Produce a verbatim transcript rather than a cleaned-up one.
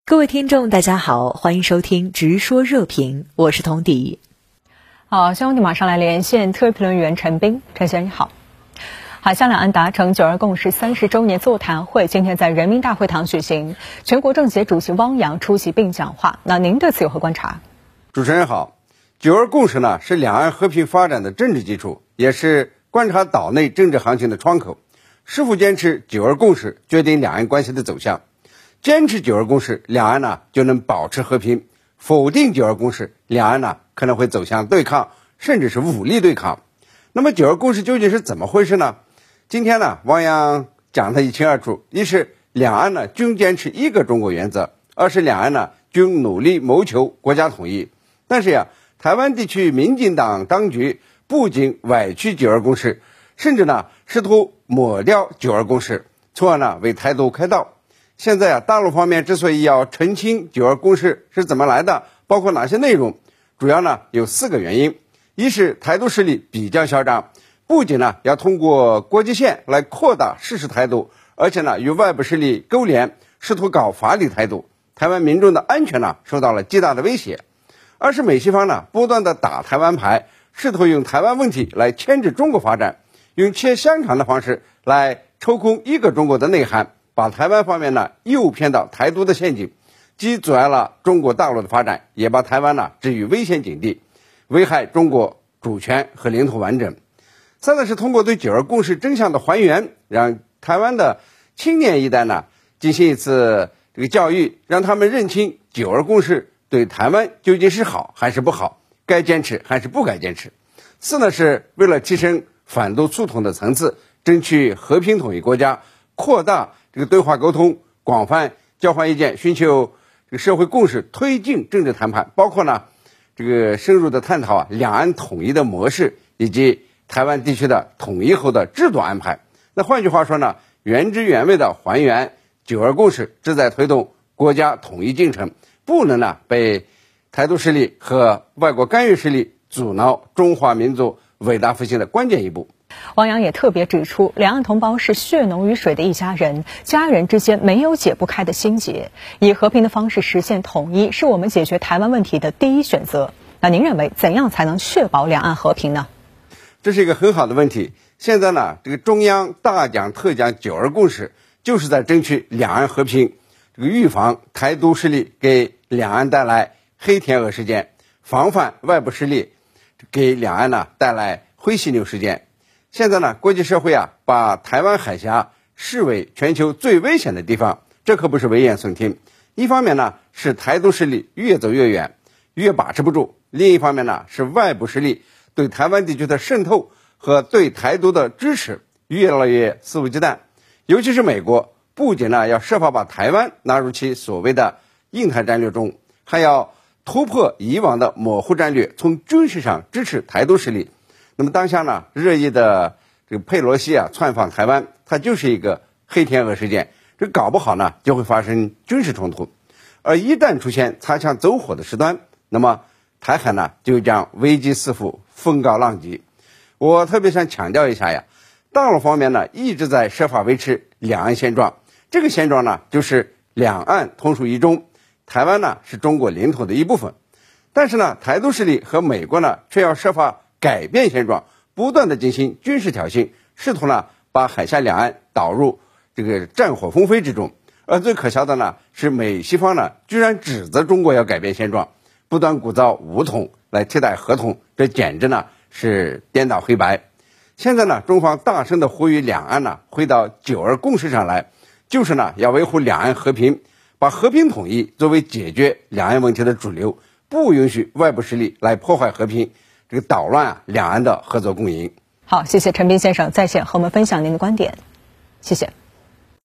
各位听众大家好，欢迎收听直说热评，我是童迪。 好，希望你马上来连线特约评论员陈斌。陈先生你好。海峡两岸达成九二共识三十周年座谈会今天在人民大会堂举行，全国政协主席汪洋出席并讲话，那您对此有何观察？ 主持人好。九二共识呢是两岸和平发展的政治基础，也是观察岛内政治行情的窗口。是否坚持九二共识，决定两岸关系的走向。坚持九二共识，两岸呢就能保持和平；否定九二共识，两岸呢可能会走向对抗，甚至是武力对抗。那么九二共识究竟是怎么回事呢？今天呢，汪洋讲得一清二楚：一是两岸呢均坚持一个中国原则；二是两岸呢均努力谋求国家统一。但是呀，台湾地区民进党当局不仅歪曲九二共识，甚至呢试图抹掉九二共识，从而呢为台独开道。现在啊，大陆方面之所以要澄清九二共识是怎么来的，包括哪些内容，主要呢有四个原因。一是台独势力比较嚣张，不仅呢要通过国际线来扩大事实台独，而且呢与外部势力勾连，试图搞法理台独，台湾民众的安全呢受到了极大的威胁。二是美西方呢不断的打台湾牌，试图用台湾问题来牵制中国发展，用切香肠的方式来抽空一个中国的内涵，把台湾方面呢诱骗到台独的陷阱，既阻碍了中国大陆的发展，也把台湾呢置于危险境地，危害中国主权和领土完整。三呢是通过对九二共识真相的还原，让台湾的青年一代呢进行一次这个教育，让他们认清九二共识对台湾究竟是好还是不好，该坚持还是不该坚持。四呢是为了提升反独促统的层次，争取和平统一国家，扩大这个对话沟通，广泛交换意见，寻求这个社会共识，推进政治谈判，包括呢这个深入的探讨啊两岸统一的模式，以及台湾地区的统一后的制度安排。那换句话说呢，原汁原味的还原九二共识，旨在推动国家统一进程，不能呢被台独势力和外国干预势力阻挠中华民族伟大复兴的关键一步。 汪洋也特别指出，两岸同胞是血浓于水的一家人，家人之间没有解不开的心结，以和平的方式实现统一是我们解决台湾问题的第一选择。那您认为怎样才能确保两岸和平呢？ 这是一个很好的问题。现在呢，这个中央大讲特讲九二共识，就是在争取两岸和平，这个预防台独势力给两岸带来黑天鹅事件，防范外部势力给两岸呢带来灰犀牛事件。现在呢，国际社会啊，把台湾海峡视为全球最危险的地方，这可不是危言耸听。一方面呢，是台独势力越走越远，越把持不住；另一方面呢，是外部势力对台湾地区的渗透和对台独的支持越来越肆无忌惮。尤其是美国，不仅呢要设法把台湾纳入其所谓的印太战略中，还要突破以往的模糊战略，从军事上支持台独势力。那么当下呢，热议的这个佩洛西啊窜访台湾，它就是一个黑天鹅事件，这搞不好呢就会发生军事冲突。而一旦出现擦枪走火的事端，那么台海呢就将危机四伏，风高浪急。我特别想强调一下呀，大陆方面呢一直在设法维持两岸现状，这个现状呢就是两岸同属一中，台湾呢是中国领土的一部分。但是呢，台独势力和美国呢却要设法改变现状，不断的进行军事挑衅，试图呢把海峡两岸导入这个战火纷飞之中。而最可笑的呢是美西方呢居然指责中国要改变现状，不断鼓噪武统来替代和统，这简直呢是颠倒黑白。现在呢，中方大声的呼吁两岸呢回到九二共识上来，就是呢要维护两岸和平，把和平统一作为解决两岸问题的主流，不允许外部势力来破坏和平，这个捣乱啊两岸的合作共赢。 好，谢谢陈斌先生在线和我们分享您的观点，谢谢。